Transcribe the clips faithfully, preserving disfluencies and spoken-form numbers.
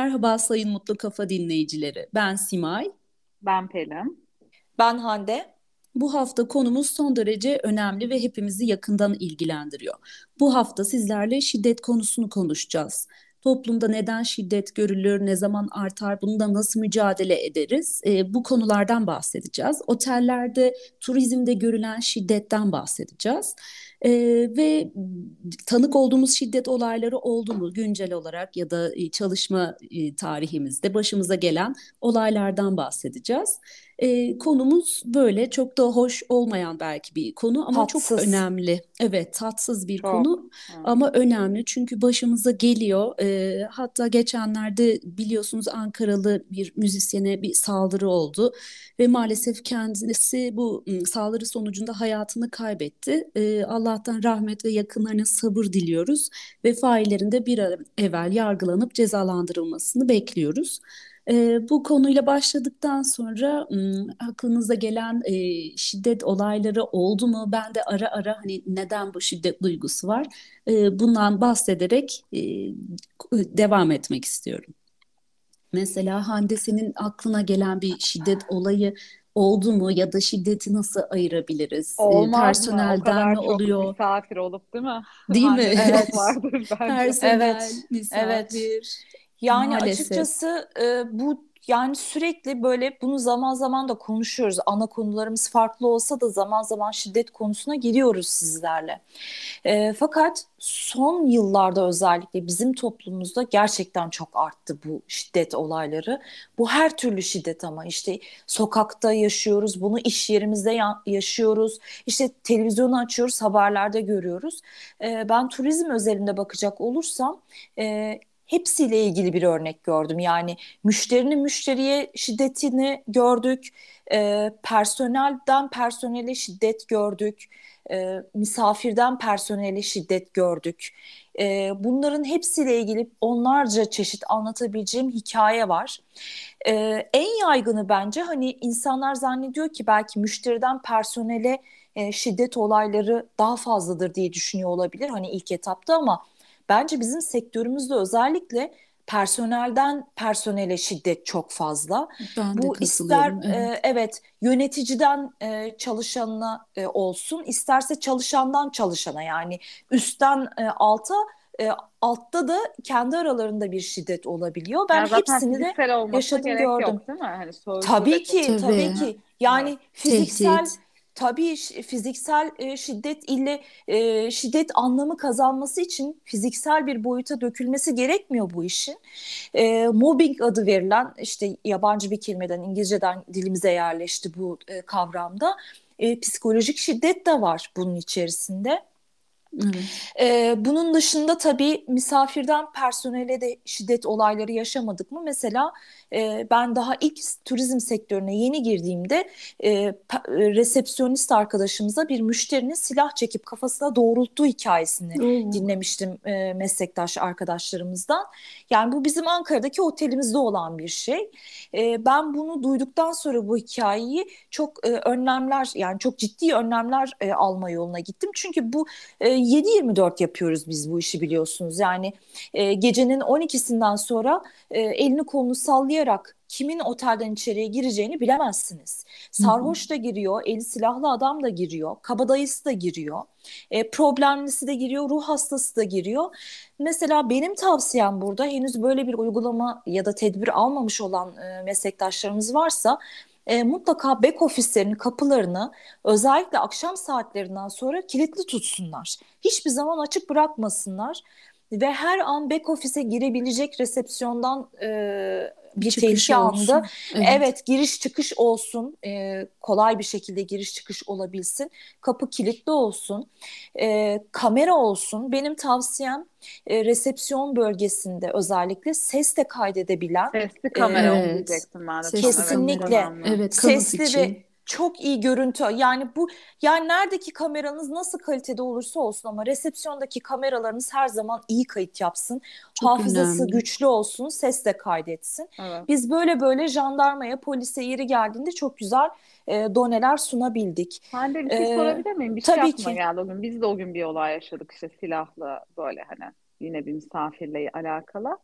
Merhaba Sayın Mutlu Kafa dinleyicileri. Ben Simay. Ben Pelin. Ben Hande. Bu hafta konumuz son derece önemli ve hepimizi yakından ilgilendiriyor. Bu hafta sizlerle şiddet konusunu konuşacağız. Toplumda neden şiddet görülür, ne zaman artar, bununla nasıl mücadele ederiz? E, bu konulardan bahsedeceğiz. Otellerde, turizmde görülen şiddetten bahsedeceğiz. E, ve tanık olduğumuz şiddet olayları oldu mu güncel olarak ya da e, çalışma e, tarihimizde başımıza gelen olaylardan bahsedeceğiz. E, konumuz böyle çok da hoş olmayan belki bir konu ama çok Tatsız. önemli. Evet, tatsız bir konu Çok. Evet. ama önemli çünkü başımıza geliyor. E, hatta geçenlerde biliyorsunuz Ankaralı bir müzisyene bir saldırı oldu ve maalesef kendisi bu m, saldırı sonucunda hayatını kaybetti. E, Allah'tan rahmet ve yakınlarına sabır diliyoruz ve faillerin de bir an evvel yargılanıp cezalandırılmasını bekliyoruz. E, bu konuyla başladıktan sonra m, aklınıza gelen e, şiddet olayları oldu mu? Ben de ara ara hani neden bu şiddet duygusu var? E, bundan bahsederek e, devam etmek istiyorum. Mesela Hande senin aklına gelen bir şiddet olayı oldu mu ya da şiddeti nasıl ayırabiliriz? E, Olmaz mı? O personelden mi kadar çok oluyor? misafir olup değil mi? Değil mi? Hande'de çok Evet. vardır bence. Personel, Evet. Evet. misafir, Yani maalesef. açıkçası e, bu yani sürekli böyle bunu zaman zaman da konuşuyoruz. Ana konularımız farklı olsa da zaman zaman şiddet konusuna giriyoruz sizlerle. E, fakat son yıllarda özellikle bizim toplumumuzda gerçekten çok arttı bu şiddet olayları. Bu her türlü şiddet ama işte sokakta yaşıyoruz, bunu iş yerimizde ya- yaşıyoruz. İşte televizyonu açıyoruz, haberlerde görüyoruz. E, ben turizm özelinde bakacak olursam e, hepsiyle ilgili bir örnek gördüm. Yani müşterinin müşteriye şiddetini gördük, e, personelden personele şiddet gördük, e, misafirden personele şiddet gördük. E, bunların hepsiyle ilgili onlarca çeşit anlatabileceğim hikaye var. E, En yaygını bence hani insanlar zannediyor ki belki müşteriden personele e, şiddet olayları daha fazladır diye düşünüyor olabilir hani ilk etapta ama bence bizim sektörümüzde özellikle personelden personele şiddet çok fazla. Ben de Bu ister katılıyorum. Evet. e, evet yöneticiden e, çalışanına e, olsun, isterse çalışandan çalışana yani üstten e, alta, e, altta da kendi aralarında bir şiddet olabiliyor. Ben Yani zaten hepsini de fiziksel olmasına yaşadım gerek gördüm. yok değil mi? Hani sözlü de Tabii çok ki, tabii Tabii. kullanılıyor. ki. Evet. Yani fiziksel, Tehdit. tabii ş- fiziksel e, şiddet ile e, şiddet anlamı kazanması için fiziksel bir boyuta dökülmesi gerekmiyor bu işin. E, mobbing adı verilen işte yabancı bir kelimeden İngilizceden dilimize yerleşti bu e, kavramda. E, psikolojik şiddet de var bunun içerisinde. Evet. Ee, bunun dışında tabii misafirden personele de şiddet olayları yaşamadık mı? Mesela e, ben daha ilk turizm sektörüne yeni girdiğimde e, pe- e, resepsiyonist arkadaşımıza bir müşterinin silah çekip kafasına doğrulttuğu hikayesini Oo. dinlemiştim e, meslektaş arkadaşlarımızdan. Yani bu bizim Ankara'daki otelimizde olan bir şey. E, ben bunu duyduktan sonra bu hikayeyi çok e, önlemler yani çok ciddi önlemler e, alma yoluna gittim. Çünkü bu e, yedi yirmi dört yapıyoruz biz bu işi biliyorsunuz. Yani e, gecenin on ikisinden sonra e, elini kolunu sallayarak kimin otelden içeriye gireceğini bilemezsiniz. Hı hı. Sarhoş da giriyor, eli silahlı adam da giriyor, kabadayısı da giriyor, e, problemlisi de giriyor, ruh hastası da giriyor. Mesela benim tavsiyem burada henüz böyle bir uygulama ya da tedbir almamış olan e, meslektaşlarımız varsa e, mutlaka back ofislerin kapılarını özellikle akşam saatlerinden sonra kilitli tutsunlar. Hiçbir zaman açık bırakmasınlar ve her an back ofise girebilecek resepsiyondan e, Bir bir çıkışı tehlike anında olsun. Evet. evet giriş çıkış olsun, e, kolay bir şekilde giriş çıkış olabilsin, kapı kilitli olsun, e, kamera olsun. Benim tavsiyem e, resepsiyon bölgesinde özellikle ses de kaydedebilen Sesli kamera e, onu Evet. diyecektim ben de tam. Sesli Evet, çok kamera. kesinlikle önemli. Evet, kanıt sesli ve için. çok iyi görüntü. Yani bu yani neredeki kameranız nasıl kalitede olursa olsun ama resepsiyondaki kameralarınız her zaman iyi kayıt yapsın. Çok Hafızası önemli. güçlü olsun, ses de kaydetsin. Evet. Biz böyle böyle jandarmaya, polise yeri geldiğinde çok güzel e, doneler sunabildik. Hande bir şey E, sorabilir miyim? Bir şey tabii aklıma ki. geldi o gün. Biz de o gün bir olay yaşadık işte silahlı böyle hani yine bir misafirle alakalı.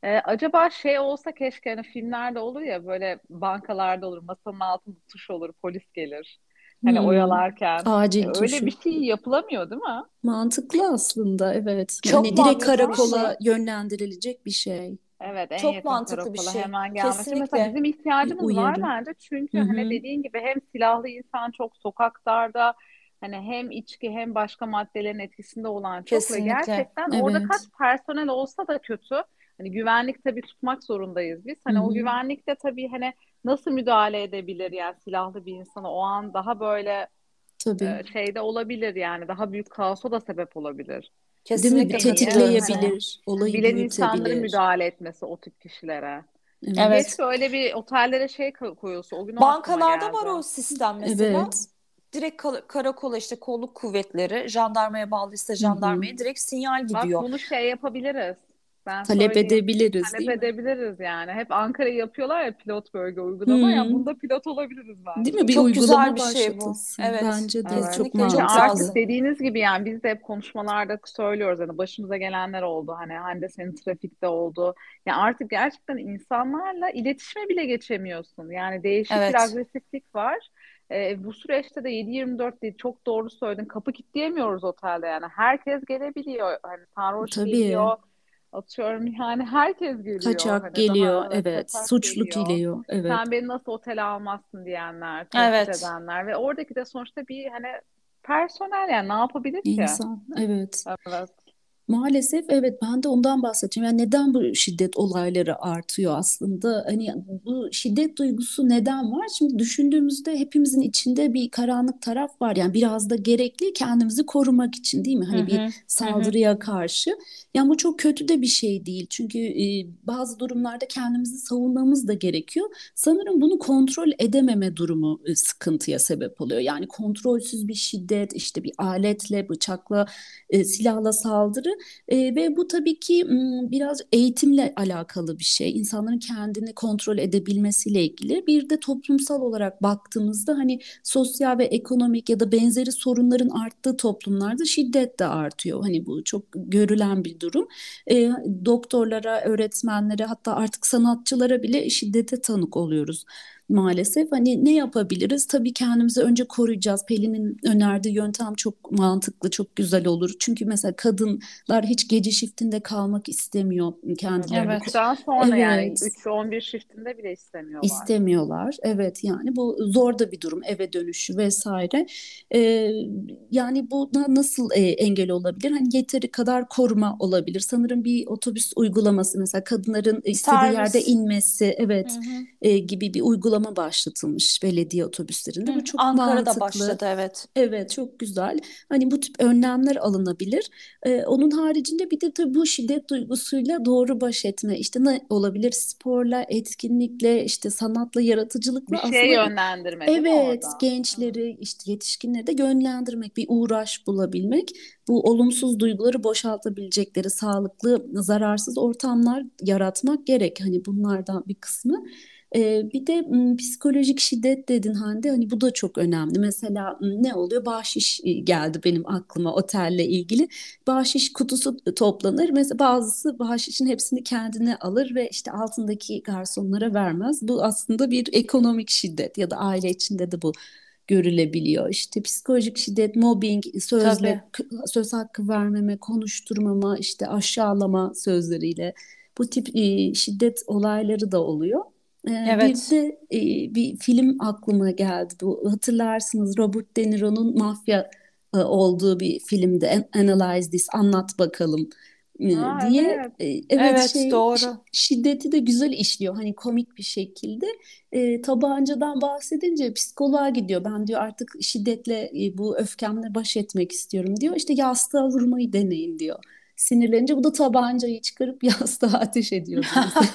Ee, acaba şey olsa keşke, hani filmlerde olur ya, böyle bankalarda olur, masanın altında tuş olur, polis gelir hani Hmm, oyalarken. E, acil öyle bir tuşu. şey yapılamıyor değil mi? Mantıklı aslında, evet. Çok Hani direkt mantıklı bir Yapılamıyor. şey. karakola yönlendirilecek bir şey. Evet, en Çok yakın mantıklı bir karakola şey. hemen gelmesi. Mesela Kesinlikle. bizim Bir ihtiyacımız var uyarı. bence. Çünkü Hı hani hı. dediğin gibi hem silahlı insan çok sokaklarda, hani hem içki hem başka maddelerin etkisinde olan çok ve Kesinlikle. gerçekten orada kaç Evet. personel olsa da kötü. Hani güvenlik tabii tutmak zorundayız biz. Hı Hani o hı. güvenlik de tabii hani nasıl müdahale edebilir yani silahlı bir insana o an, daha böyle Tabii. e, şeyde olabilir yani, daha büyük kaosa da sebep olabilir. Değil mi? Bir Kesinlikle En iyi katılıyorum hani sana. tetikleyebilir, olayı bilen insanların büyütebilir. müdahale etmesi o tip kişilere. Evet. Evet. Keşke öyle bir otellere şey ko- koyulsa. O gün o aklıma Bankalarda geldi. var o sistem mesela. Evet. Direkt kal- karakola işte kolluk kuvvetleri, jandarmaya bağlıysa Hı hı. jandarmaya direkt sinyal Bak gidiyor. bunu şey yapabiliriz. Ben Talep söyleyeyim. edebiliriz, Talep değil mi? edebiliriz yani. Hep Ankara'yı yapıyorlar ya pilot bölge uygulama. Ya Hı. bunda pilot olabiliriz Değil bence. mi? Bir Çok güzel uygulama bir şey bu. başlatılsın. Evet, Bence de Evet. çok kesinlikle Çünkü çok artık mantıklı. lazım. dediğiniz gibi yani biz de hep konuşmalarda söylüyoruz. Hani başımıza gelenler oldu. Hani Hande senin trafikte oldu. Ya artık gerçekten insanlarla iletişime bile geçemiyorsun. Yani değişik bir Evet, agresiflik var. Ee, bu süreçte de yedi yirmi dört değil, çok doğru söyledin. Kapı kilitleyemiyoruz otelde yani. Herkes gelebiliyor. Hani sarhoş Tabii. geliyor. Atıyorum yani herkes geliyor. Kaçak Hani daha geliyor, evet evet. kaçak Suçlu geliyor. geliyor, evet. Sen beni nasıl otele almazsın diyenler, tehdit evet. edenler ve oradaki de sonuçta bir hani personel, yani ne yapabilir ki? İnsan, evet. Evet. Maalesef evet, ben de ondan bahsedeceğim. Yani neden bu şiddet olayları artıyor aslında? Hani bu şiddet duygusu neden var? Şimdi düşündüğümüzde hepimizin içinde bir karanlık taraf var. Yani biraz da gerekli kendimizi korumak için, değil mi? Hı Hani bir hı, hı hı. saldırıya karşı. Yani bu çok kötü de bir şey değil. Çünkü e, bazı durumlarda kendimizi savunmamız da gerekiyor. Sanırım bunu kontrol edememe durumu e, sıkıntıya sebep oluyor. Yani kontrolsüz bir şiddet, işte bir aletle, bıçakla, e, silahla saldırı. E, ve bu tabii ki m, biraz eğitimle alakalı bir şey. İnsanların kendini kontrol edebilmesiyle ilgili. Bir de toplumsal olarak baktığımızda hani sosyal ve ekonomik ya da benzeri sorunların arttığı toplumlarda şiddet de artıyor. Hani bu çok görülen bir durum. E, doktorlara, öğretmenlere, hatta artık sanatçılara bile şiddete tanık oluyoruz maalesef. Hani ne yapabiliriz? Tabii kendimizi önce koruyacağız. Pelin'in önerdiği yöntem çok mantıklı, çok güzel olur. Çünkü mesela kadınlar hiç gece shiftinde kalmak istemiyor Tabii. kendilerini. ko- Evet. Üçten sonra yani Evet, üç on bir shiftinde bile istemiyorlar. istemiyorlar. Evet, yani bu zor da bir durum, eve dönüşü vesaire. Ee, Yani buna nasıl e, engel olabilir? Hani yeteri kadar koruma olabilir. Sanırım bir otobüs uygulaması, mesela kadınların istediği yerde Servis. inmesi, Hı evet, hı, e, gibi bir uygulama başlatılmış belediye otobüslerinde. hı. Bu çok Ankara'da mantıklı. başladı, evet. Evet, çok güzel. Hani bu tip önlemler alınabilir. Ee, onun haricinde bir de tabii bu şiddet duygusuyla doğru baş etme. İşte ne olabilir? Sporla, etkinlikle, işte sanatla, Bir yaratıcılıkla şey aslında yönlendirme değil mi evet, orada? Evet. gençleri, işte yetişkinleri de yönlendirmek, bir uğraş bulabilmek, bu olumsuz duyguları boşaltabilecekleri sağlıklı, zararsız ortamlar yaratmak gerek. Hani bunlardan bir kısmı. Ee, bir de m, psikolojik şiddet dedin Hande, hani bu da çok önemli. Mesela m, ne oluyor? Bahşiş e, geldi benim aklıma otelle ilgili. Bahşiş kutusu toplanır. Mesela bazısı bahşişin hepsini kendine alır ve işte altındaki garsonlara vermez. Bu aslında bir ekonomik şiddet, ya da aile içinde de bu görülebiliyor. İşte psikolojik şiddet, mobbing, Tabii. sözle söz hakkı vermeme, konuşturmama, işte aşağılama sözleriyle bu tip e, şiddet olayları da oluyor. Ee, bir Evet. de e, bir film aklıma geldi. Bu, hatırlarsınız, Robert De Niro'nun mafya e, olduğu bir filmde, An- Analyze This, anlat bakalım e, Aa, diye. evet. E, evet, Evet, şey ş- doğru. şiddeti de güzel işliyor. Hani komik bir şekilde. E, tabancadan bahsedince psikoloğa gidiyor. Ben diyor artık şiddetle, e, bu öfkemle baş etmek istiyorum diyor. İşte yastığa vurmayı deneyin diyor. Sinirlenince bu da tabancayı çıkarıp yastığa ateş ediyordu mesela.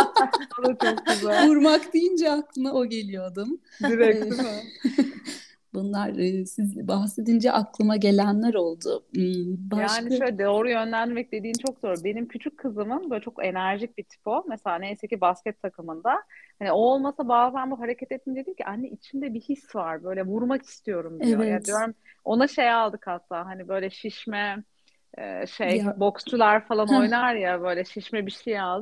O da çok güzel. Vurmak deyince aklına o geliyordum. Direkt Ee, değil mi? Bunlar e, siz bahsedince aklıma gelenler oldu. Hmm, Yani Başka? şöyle doğru yönlendirmek dediğin çok doğru. Benim küçük kızımın böyle çok enerjik bir tip o. Mesela neyse ki basket takımında. Hani o olmasa bazen bu hareket ettim, dedim ki anne içimde bir his var. Böyle vurmak istiyorum diyor. Ya Evet. diyorum, ona şey aldık hatta, hani böyle şişme, e, şey Ya, boksçular falan heh, oynar ya, böyle şişme bir şey aldık.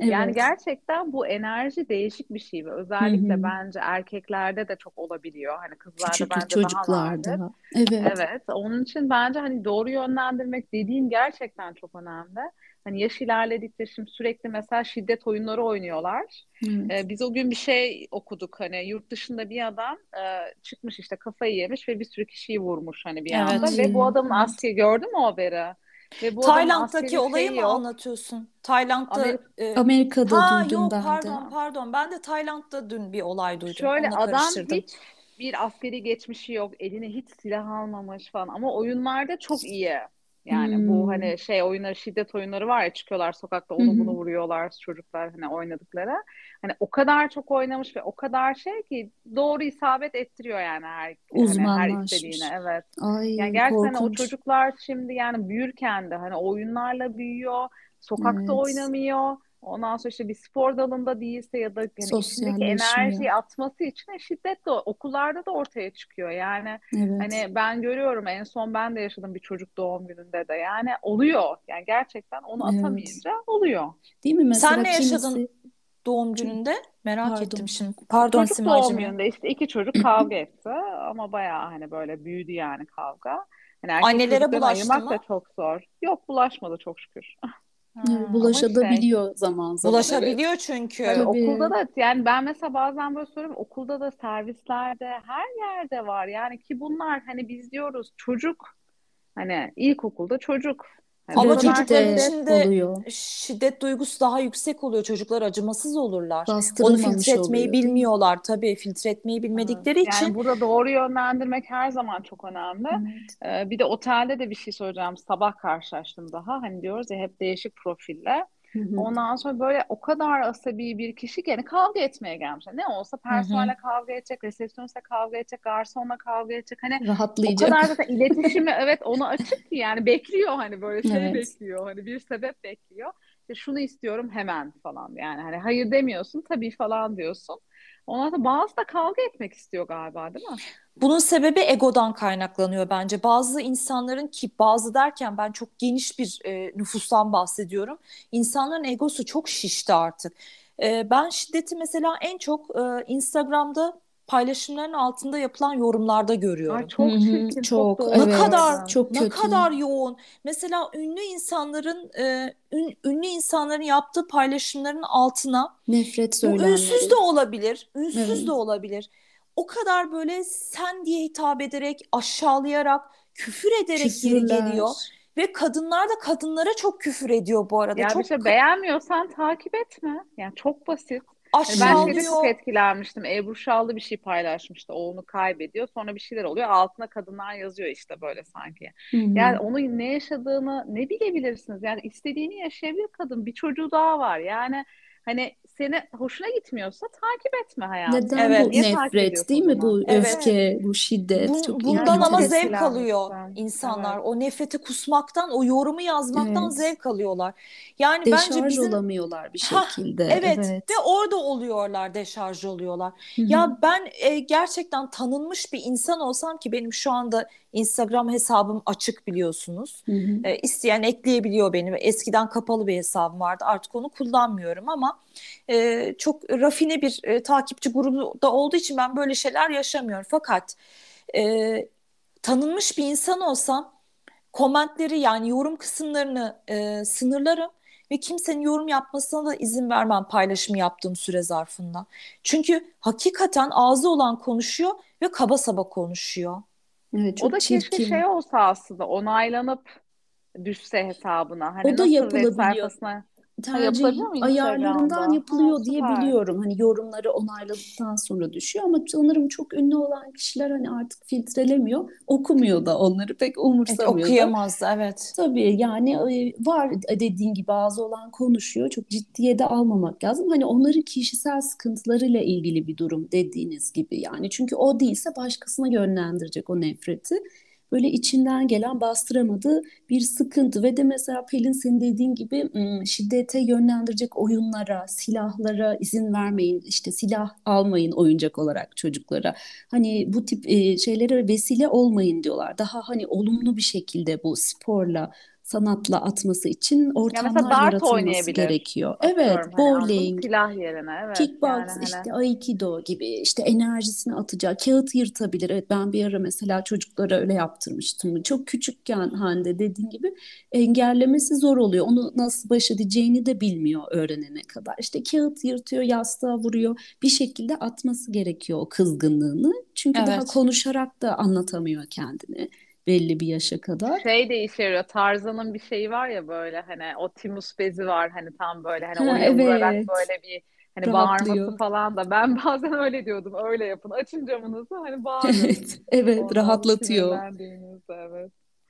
Yani Evet. gerçekten bu enerji değişik bir şey ve Hı özellikle hı. bence erkeklerde de çok olabiliyor. Hani kızlarda Küçük bence daha nadir. çocuklarda. Evet. Evet, onun için bence hani doğru yönlendirmek dediğin gerçekten çok önemli. Hani yaş ilerledikçe şimdi sürekli mesela şiddet oyunları oynuyorlar. Evet. Ee, biz o gün bir şey okuduk hani yurt dışında bir adam e, çıkmış işte kafayı yemiş ve bir sürü kişiyi vurmuş hani bir anda ve bu Evet. Ay, adamın evet. askeri gördün mü o haberi? Ve bu adamın Tayland'daki askeri olayı şeyi mı yok. anlatıyorsun? Tayland'da Amerika e, Amerika'da ha duydum yok ben de. pardon pardon ben de Tayland'da dün bir olay duydum. Şöyle Onunla adam karıştırdım. hiç bir askeri geçmişi yok. Eline hiç silah almamış falan. Ama oyunlarda çok iyi. Yani bu Hmm. hani şey oyunları, şiddet oyunları var ya çıkıyorlar sokakta Hı onu bunu hı. vuruyorlar çocuklar hani oynadıkları. Hani o kadar çok oynamış ve o kadar şey ki doğru isabet ettiriyor yani her hani her istediğine Uzmanlaşmış. evet. Yani Ay, gerçekten hani o korkunç. çocuklar şimdi yani büyürken de hani oyunlarla büyüyor, sokakta Evet. oynamıyor. Ondan sonra işte bir spor dalında değilse ya da yani içindeki Sosyalleşmiyor. enerjiyi atması için de şiddet de okullarda da ortaya çıkıyor. Yani Evet. hani ben görüyorum en son ben de yaşadım bir çocuk doğum gününde de. Yani oluyor. Yani gerçekten onu Evet. atamayınca oluyor. Değil mi? Sen Mesela ne yaşadın kimisi, doğum gününde? Merak ettim pardon. şimdi. Pardon Çocuk doğum Simacığım ya. gününde işte iki çocuk kavga etti ama bayağı hani böyle büyüdü yani kavga. Hani erkek Annelere çocuklarını bulaştı ayırmak da mı? çok zor. Yok bulaşmadı çok şükür. Evet, Ha. Ama şey bulaşabiliyor zaman zaman. Evet. Bulaşabiliyor tabii çünkü. okulda Tabii. da yani ben mesela bazen böyle soruyorum okulda da servislerde her yerde var yani ki bunlar hani biz diyoruz çocuk hani ilkokulda çocuk hani bu Ama kadar çocukların Pratikte şiddet içinde oluyor. şiddet duygusu daha yüksek oluyor. Çocuklar acımasız olurlar. Onu filtre Bastırılmamış etmeyi oluyor, değil mi? bilmiyorlar. Tabii filtre etmeyi evet. bilmedikleri Yani için. burada doğru yönlendirmek her zaman çok önemli. Evet. Ee, bir de otelde de bir şey söyleyeceğim. Sabah karşılaştım daha. Hani diyoruz ya hep değişik profille. Hı hı. Ondan sonra böyle o kadar asabi bir kişi ki yani kavga etmeye gelmiş. Ne olsa Hı hı. personelle kavga edecek, resepsiyoniste kavga edecek, garsonla kavga edecek. Hani o kadar Rahatlayacak. zaten iletişimi evet onu açık ki yani bekliyor hani böyle şey Evet. bekliyor. Hani bir sebep bekliyor. İşte şunu istiyorum hemen falan. Yani hani hayır demiyorsun tabii falan diyorsun. Ondan sonra bazı da kavga etmek istiyor galiba değil mi? Bunun sebebi egodan kaynaklanıyor bence. Bazı insanların ki bazı derken ben çok geniş bir e, nüfustan bahsediyorum. İnsanların egosu çok şişti artık. E, ben şiddeti mesela en çok e, Instagram'da paylaşımların altında yapılan yorumlarda Ay görüyorum. Hı çok hı. çirkin, çok Çok, doğru Ne evet. kadar söyledin. Çok ne kötü. kadar yoğun. Mesela ünlü insanların e, ün- ünlü insanların yaptığı paylaşımların altına Nefret bu ünsüz de söylemleri. olabilir, ünsüz de Evet. olabilir. O kadar böyle sen diye hitap ederek, aşağılayarak, küfür ederek yeri geliyor. Küfürler. Ve kadınlar da kadınlara çok küfür ediyor bu arada. Ya bir Çok şey ka- beğenmiyorsan takip etme. Yani çok basit. Hani ben şeyde çok aşağılıyor. etkilenmiştim. Ebru Şallı bir şey paylaşmıştı. Oğlunu kaybediyor. Sonra bir şeyler oluyor. Altına kadınlar yazıyor işte böyle sanki. Hı hı. Yani onun ne yaşadığını ne bilebilirsiniz? Yani istediğini yaşayabilir kadın. Bir çocuğu daha var. Yani hani seni hoşuna gitmiyorsa takip etme hayatım. Neden Yani bu niye Evet. takip nefret, ediyorsun değil o mi? zaman? Bu Evet. öfke, bu şiddet Bun- çok Yani bundan çok ama enteresan. zevk alıyor etkilenmiştim. insanlar. Evet. O nefreti kusmaktan, o yorumu yazmaktan Evet. zevk alıyorlar. Yani bence Deşarj bizim olamıyorlar bir ha şekilde. evet ve Evet. orada oluyorlar, deşarj oluyorlar. Hı hı. Ya ben e, gerçekten tanınmış bir insan olsam ki benim şu anda Instagram hesabım açık biliyorsunuz. Hı hı. E, isteyen ekleyebiliyor beni. Eskiden kapalı bir hesabım vardı. Artık onu kullanmıyorum ama e, çok rafine bir e, takipçi grubu da olduğu için ben böyle şeyler yaşamıyorum. Fakat e, tanınmış bir insan olsam komentleri yani yorum kısımlarını e, sınırlarım ve kimsenin yorum yapmasına da izin vermem paylaşım yaptığım süre zarfında. Çünkü hakikaten ağzı olan konuşuyor ve kaba saba konuşuyor. Evet, O çok da keşke şey çirkin. olsa aslında onaylanıp düşse hesabına. Hani O da nasıl web yapılabiliyor. sayfasına ha, Tercih yapılabiliyor mu ayarlarından Instagram'da? Ha yapılıyor diye süper. biliyorum. Hani yorumları onayladıktan sonra düşüyor ama sanırım çok ünlü olan kişiler hani artık filtrelemiyor. Okumuyor da onları pek Evet, umursamıyor da. okuyamaz evet. Tabii yani e, var dediğin gibi ağzı olan konuşuyor. Çok ciddiye de almamak lazım. Hani onların kişisel sıkıntılarıyla ilgili bir durum dediğiniz gibi yani. Çünkü o değilse başkasına yönlendirecek o nefreti. Böyle içinden gelen bastıramadığı bir sıkıntı ve de mesela Pelin senin dediğin gibi ım, şiddete yönlendirecek oyunlara, silahlara izin vermeyin. İşte silah almayın oyuncak olarak çocuklara. Hani bu tip e, şeylere vesile olmayın diyorlar. Daha hani olumlu bir şekilde bu sporla, sanatla atması için Ya mesela ortamlar dart yaratılması oynayabilir. gerekiyor. Evet, Atıyorum hani anladın mı? bowling, Silah yerine evet yani kickbox, hani. işte aikido gibi, işte enerjisini atacağı, kağıt yırtabilir. Evet, ben bir ara mesela çocuklara öyle yaptırmıştım. Çok küçükken, Hande dediğin gibi, engellemesi zor oluyor. Onu nasıl baş edeceğini de bilmiyor öğrenene kadar. İşte kağıt yırtıyor, yastığa vuruyor. Bir şekilde atması gerekiyor o kızgınlığını. Çünkü daha Evet. konuşarak da anlatamıyor kendini belli bir yaşa kadar. Şey de işe yarıyor. Tarzan'ın bir şeyi var ya böyle hani o Timus bezi var hani tam böyle hani Ha, oraya vurarak evet, böyle bir hani bağırması rahatlıyor. falan da ben bazen öyle diyordum. Öyle yapın. Açın camınızı hani bağırın. Evet, evet, Orada onu rahatlatıyor. sinirlendiğinizde evet.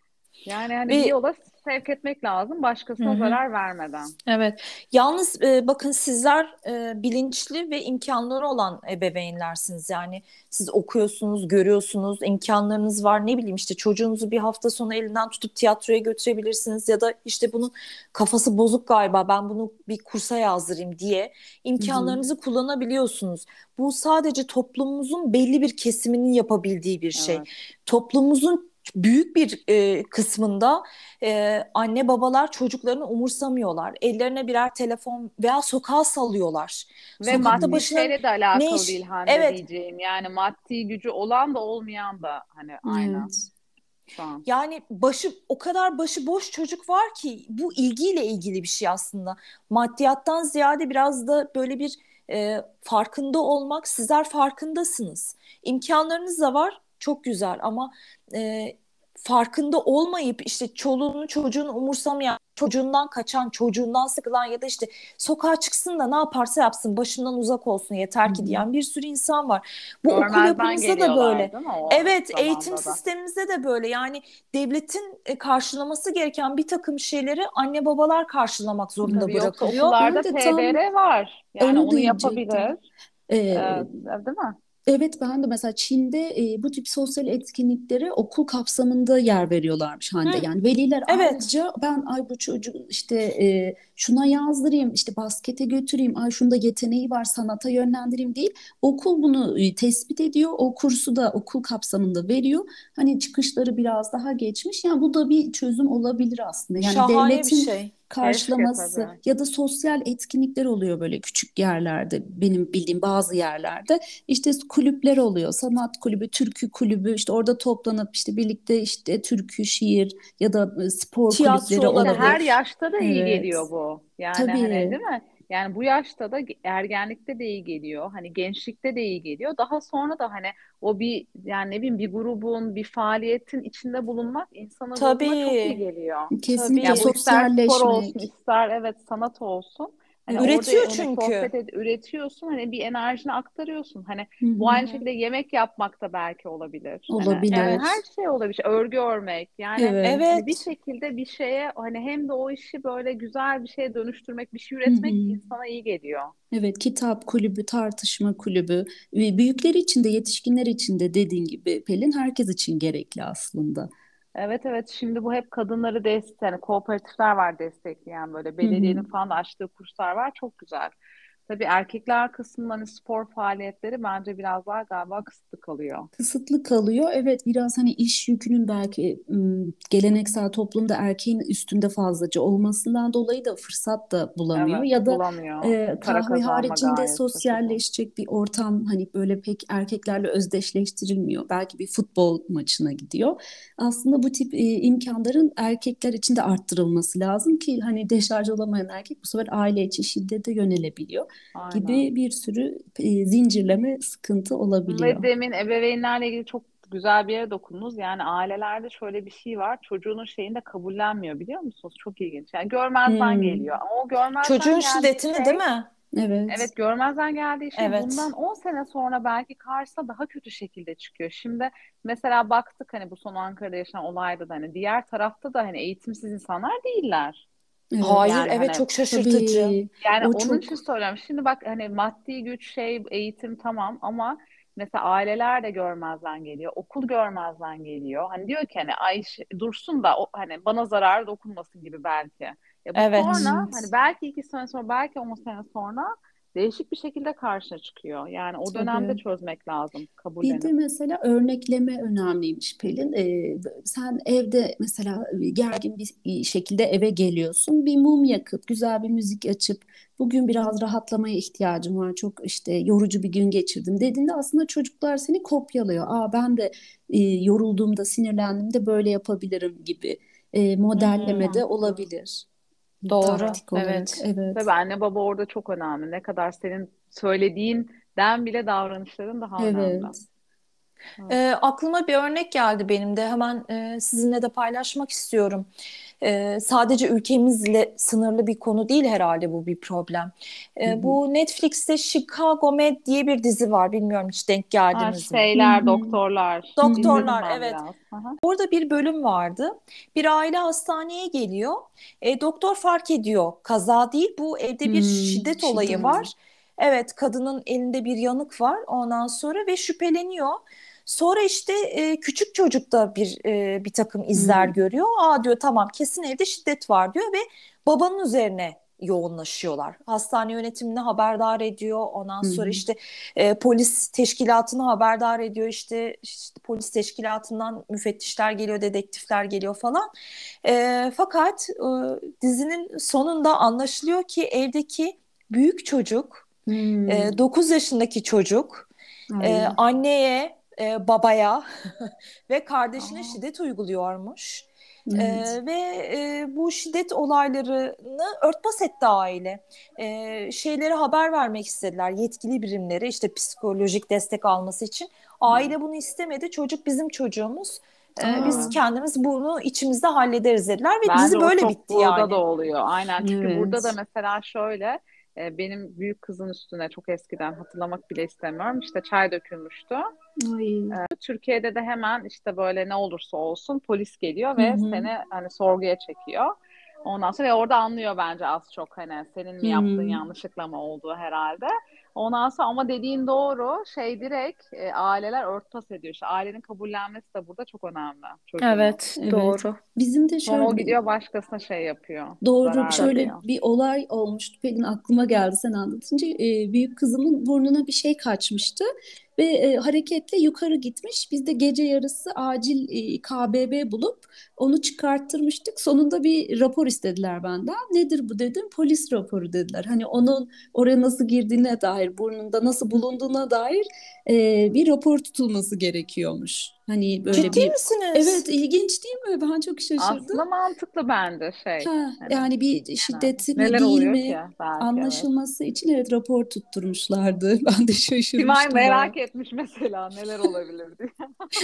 Yani hani bir Ve yola sevk etmek lazım hı başkasına hı. zarar vermeden. Evet. Yalnız e, bakın sizler e, bilinçli ve imkanları olan ebeveynlersiniz. Yani siz okuyorsunuz, görüyorsunuz, imkanlarınız var. Ne bileyim işte çocuğunuzu bir hafta sonu elinden tutup tiyatroya götürebilirsiniz ya da işte bunun kafası bozuk galiba ben bunu bir kursa yazdırayım diye Hı hı. imkanlarınızı kullanabiliyorsunuz. Bu sadece toplumumuzun belli bir kesiminin yapabildiği bir şey. Evet. Toplumumuzun büyük bir e, kısmında ee, anne babalar çocuklarını umursamıyorlar. Ellerine birer telefon veya sokağa salıyorlar. Ve Sokakta maddi başına şeyle de ne alakalı değil iş? Hande Evet, diyeceğim. Yani maddi gücü olan da olmayan da hani aynı Evet. şu an. yani başı o kadar başıboş çocuk var ki bu ilgiyle ilgili bir şey aslında. Maddiyattan ziyade biraz da böyle bir e, farkında olmak. Sizler farkındasınız. İmkanlarınız da var. Çok güzel ama e, farkında olmayıp işte çoluğunu çocuğunu umursamayan, çocuğundan kaçan, çocuğundan sıkılan ya da işte sokağa çıksın da ne yaparsa yapsın başımdan uzak olsun Hı yeter ki hı. diyen bir sürü insan var. Bu okul Görmezden yapımızda da geliyorlar böyle. değil mi o Evet, eğitim zamanda da? sistemimizde de böyle. Yani devletin e, karşılaması gereken bir takım şeyleri anne babalar karşılamak zorunda Tabii yoksa bırakılıyor. Ben okullarda de tam P D R var. Yani onu onu diyecektim. yapabilir. Ee, Ee, değil mi? Evet, ben de mesela Çin'de e, bu tip sosyal etkinliklere okul kapsamında yer veriyorlarmış Hande. Hı, Yani veliler evet, ayrıca ben ay bu çocuğu işte e, şuna yazdırayım, işte baskete götüreyim, ay şunda yeteneği var sanata yönlendireyim değil. Okul bunu e, tespit ediyor. O kursu da okul kapsamında veriyor. Hani çıkışları biraz daha geçmiş. Yani bu da bir çözüm olabilir aslında. Yani şahane bir devletin şey. Keşke karşılaması tabii. ya da sosyal etkinlikler oluyor böyle küçük yerlerde, benim bildiğim bazı yerlerde. İşte kulüpler oluyor. Sanat kulübü, türkü kulübü, işte orada toplanıp işte birlikte işte türkü, şiir ya da e, spor Tiyatro kulüpleri İşte her olabilir. olabilir. yaşta da iyi Evet. geliyor bu. Yani hani Tabii. değil mi? Yani bu yaşta da ergenlikte de iyi geliyor. Hani gençlikte de iyi geliyor. Daha sonra da hani o bir yani ne bileyim bir grubun, bir faaliyetin içinde bulunmak insanın ruhuna çok iyi Tabii, geliyor. Kesinlikle Yani bu tabii. ister spor olsun, sosyalleşmek. ister evet sanat olsun. Hani orada Üretiyor hani çünkü. sohbet ed üretiyorsun, hani bir enerjini aktarıyorsun. Hani Hı bu hı. aynı Hı-hı. şekilde yemek yapmak da belki olabilir. Hani yani her Olabilir. şey olabilir. İşte örgü örmek. Yani Evet. hani bir Evet. şekilde bir şeye hani hem de o işi böyle güzel bir şeye dönüştürmek, bir şey Hı üretmek hı. insana iyi geliyor. Evet, kitap kulübü, tartışma kulübü, ve büyükler için de yetişkinler için de dediğin gibi Pelin, herkes için gerekli aslında. Evet evet şimdi bu hep kadınları destek yani kooperatifler var destekleyen böyle Hı hı. belediyenin falan da açtığı kurslar var çok güzel. Tabii erkekler kısmında hani spor faaliyetleri bence biraz daha galiba kısıtlı kalıyor. Kısıtlı kalıyor. Evet, biraz hani iş yükünün belki ım, geleneksel toplumda erkeğin üstünde fazlaca olmasından dolayı da fırsat da bulamıyor. Evet Ya da bulamıyor. e, Para kahve kazanma haricinde gayesi şu bu. sosyalleşecek bir ortam hani böyle pek erkeklerle özdeşleştirilmiyor. Belki bir futbol maçına gidiyor. Aslında bu tip e, imkanların erkekler için de arttırılması lazım ki hani deşarj olamayan erkek bu sefer aile içi şiddete yönelebiliyor Aynen. gibi bir sürü e, zincirleme sıkıntı Ve olabiliyor. demin ebeveynlerle ilgili çok güzel bir yere dokundunuz. Yani ailelerde şöyle bir şey var. Çocuğunun şeyini de kabullenmiyor biliyor musunuz? Çok ilginç. Yani görmezden Hmm, geliyor. Ama o görmezden Çocuğun geldiği şiddetini değil şey, mi? evet. evet görmezden geldiği şey bundan Evet. on sene sonra belki karşısına daha kötü şekilde çıkıyor. Şimdi mesela baktık hani bu son Ankara'da yaşanan olayda da hani diğer tarafta da hani eğitimsiz insanlar değiller. Hayır, Evet. Yani evet hani çok şaşırtıcı. Tabii. yani O onun için çok. söylüyorum. Şimdi bak hani maddi güç şey eğitim tamam ama mesela aileler de görmezden geliyor. Okul görmezden geliyor. Hani diyor ki hani ay ş- dursun da o, hani bana zarar dokunmasın gibi belki. Ya bu sonra Evet. hani Evet. belki iki sene sonra belki on sene sonra değişik bir şekilde karşına çıkıyor. Yani o dönemde Tabii. çözmek lazım, Bir de kabullenip. mesela örnekleme önemliymiş Pelin. Ee, sen evde mesela gergin bir şekilde eve geliyorsun. Bir mum yakıp, güzel bir müzik açıp, bugün biraz rahatlamaya ihtiyacım var. Çok işte yorucu bir gün geçirdim dediğinde aslında çocuklar seni kopyalıyor. Aa ben de e, yorulduğumda, sinirlendiğimde böyle yapabilirim gibi e, modelleme de Hmm, olabilir. doğru. Taktik olarak. Evet. Evet. Tabii anne baba orada çok önemli. Ne kadar senin söylediğinden bile davranışların daha önemli. Evet. Evet. E, aklıma bir örnek geldi benim de hemen e, sizinle de paylaşmak istiyorum. E, sadece ülkemizle sınırlı bir konu değil herhalde bu bir problem. Hı E, hı. bu Netflix'te Chicago Med diye bir dizi var. Bilmiyorum hiç denk Ha, geldiniz mi? Hı şeyler, hı. doktorlar. Hı İzledim Doktorlar, ben evet. biraz. Aha. Orada bir bölüm vardı. Bir aile hastaneye geliyor. E, doktor fark ediyor. Kaza değil, bu evde bir Hmm, şiddet olayı şiddet. var. Evet, kadının elinde bir yanık var ondan sonra ve şüpheleniyor. Sonra işte e, küçük çocukta bir e, bir takım izler Hmm, görüyor. Aa diyor, tamam kesin evde şiddet var diyor ve babanın üzerine yoğunlaşıyorlar. Hastane yönetimini haberdar ediyor. Ondan hı sonra hı, işte e, polis teşkilatını haberdar ediyor. İşte, işte polis teşkilatından müfettişler geliyor, dedektifler geliyor falan. E, fakat e, dizinin sonunda anlaşılıyor ki evdeki büyük çocuk, e, hmm. dokuz yaşındaki çocuk e, Ay, anneye, e, babaya ve kardeşine Aa, şiddet uyguluyormuş. E, evet. ve e, bu şiddet olaylarını örtbas etti aile. E, şeylere haber vermek istediler, yetkili birimlere işte psikolojik destek alması için. hı. Aile bunu istemedi. Çocuk bizim çocuğumuz. E, biz Aa, Evet. kendimiz bunu içimizde hallederiz dediler ve Bence dizi o böyle çok bitti burada da yani. oluyor. Aynen. Çünkü burada da evet. mesela şöyle e, benim büyük kızın üstüne çok eskiden hatırlamak bile istemiyorum. İşte çay dökülmüştü. Ay. Türkiye'de de hemen işte böyle ne olursa olsun polis geliyor Hı ve hı, seni hani sorguya çekiyor. Ondan sonra ve orada anlıyor bence az çok hani senin mi yaptığın hı. yanlışlıkla mı olduğu herhalde. Ondan sonra ama dediğin doğru şey direkt e, aileler örtbas ediyor. İşte ailenin kabullenmesi de burada çok önemli çocuğunu. Evet, Evet. doğru. Bizim de Sonra o şöyle bir gidiyor başkasına şey yapıyor. doğru Zarar şöyle veriyor. bir olay olmuştu. Pelin aklıma geldi sen anlatınca. Ee, büyük kızımın burnuna bir şey kaçmıştı ve e, hareketle yukarı gitmiş. Biz de gece yarısı acil e, K B B bulup onu çıkarttırmıştık. Sonunda bir rapor istediler benden. Nedir bu dedim. Polis raporu dediler. Hani onun oraya nasıl girdiğine dair, burnunda nasıl bulunduğuna dair e, bir rapor tutulması gerekiyormuş. Hani böyle Ciddi bir misiniz? evet, ilginç değil mi? Ben çok şaşırdım. Aslında mantıklı bence şey. Ha, Hani yani bir yani şiddeti mi neler değil oluyor ki mi belki evet. anlaşılması için evet rapor tutturmuşlardı. Ben de Simay şaşırmıştım merak bayağı. etmiş mesela neler olabilir diye.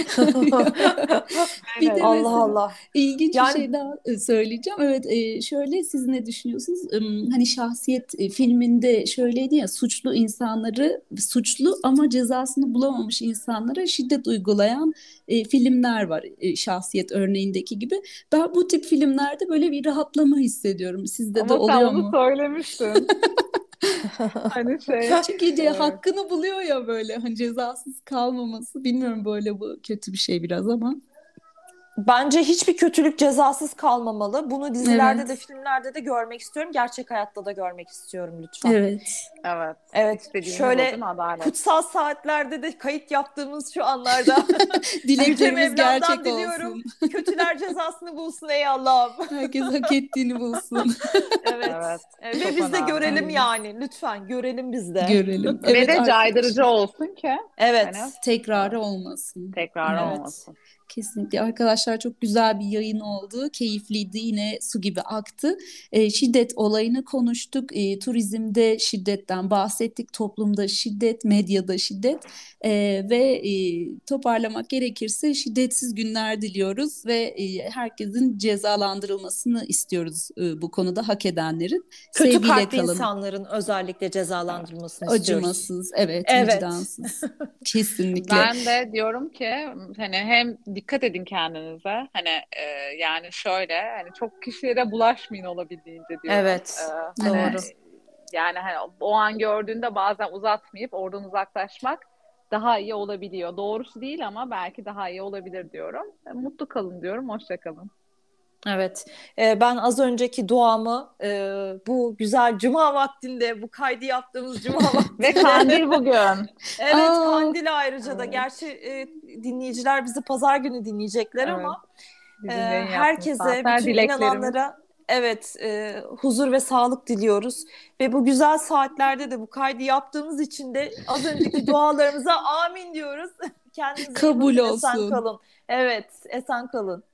Bir de Evet. Allah mesela Allah. ilginç bir Yani şey daha e, söyleyeceğim. Evet, e, şöyle siz ne düşünüyorsunuz? Im, Hani Şahsiyet e, filminde şöyleydi ya, suçlu insanları suçlu ama cezasını bulamamış insanlara şiddet uygulayan e, filmler var. E, Şahsiyet örneğindeki gibi. Ben bu tip filmlerde böyle bir rahatlama hissediyorum. Sizde de Ama sen oluyor onu mu? söylemiştin. Hani şey Çünkü de e, hakkını buluyor ya, böyle hani cezasız kalmaması. Bilmiyorum, böyle bu kötü bir şey biraz ama. bence hiçbir kötülük cezasız kalmamalı. Bunu dizilerde de Evet. filmlerde de görmek istiyorum. Gerçek hayatta da görmek istiyorum lütfen. Evet. evet Evet, istediğini bul değil şöyle mi adalet? kutsal saatlerde de kayıt yaptığımız şu anlarda Yüce Dileklerimiz Mevlam'dan gerçek diliyorum. olsun. Kötüler cezasını bulsun ey Allah'ım. Herkes hak ettiğini bulsun. Evet Evet. E, ve çok biz de önemli. görelim Evet. yani. Lütfen görelim biz de. Görelim. Ve Evet de caydırıcı arkadaşlar. olsun ki hani Evet. evet, Tekrarı olmasın. tekrar Evet. Evet. olmasın. Kesinlikle arkadaşlar, çok güzel bir yayın oldu. Keyifliydi, yine su gibi aktı. E, şiddet olayını konuştuk. E, turizmde şiddetten bahsettik. Toplumda şiddet, medyada şiddet. E, ve e, toparlamak gerekirse şiddetsiz günler diliyoruz ve e, herkesin cezalandırılmasını istiyoruz, e, bu konuda hak edenlerin. Kötü Sevgiyle kalpli kalın. insanların özellikle Evet. cezalandırılmasını istiyoruz. Acımasız, evet, Evet. vicdansız. Kesinlikle. Ben de diyorum ki hani hem dikkat edin kendinize hani e, yani şöyle hani çok kişilere bulaşmayın olabildiğince diyorum. E, Evet. hani Doğru. Evet. yani hani o an gördüğünde bazen uzatmayıp oradan uzaklaşmak daha iyi olabiliyor. Doğrusu değil ama belki daha iyi olabilir diyorum. E, mutlu kalın diyorum. Hoşça kalın. Evet, Ee, ben az önceki duamı e, bu güzel cuma vaktinde, bu kaydı yaptığımız cuma Ve vaktinde kandil bugün. evet, Aa, kandil ayrıca da, Evet, gerçi e, dinleyiciler bizi pazar günü dinleyecekler evet. ama e, Bizim yayın yaptığımız herkese, saatler bütün dileklerimiz. inananlara evet, e, huzur ve sağlık diliyoruz ve bu güzel saatlerde de bu kaydı yaptığımız için de az önceki dualarımıza amin diyoruz. Kendinize iyi kabul bakın, esen olsun. kalın. Evet, esen kalın.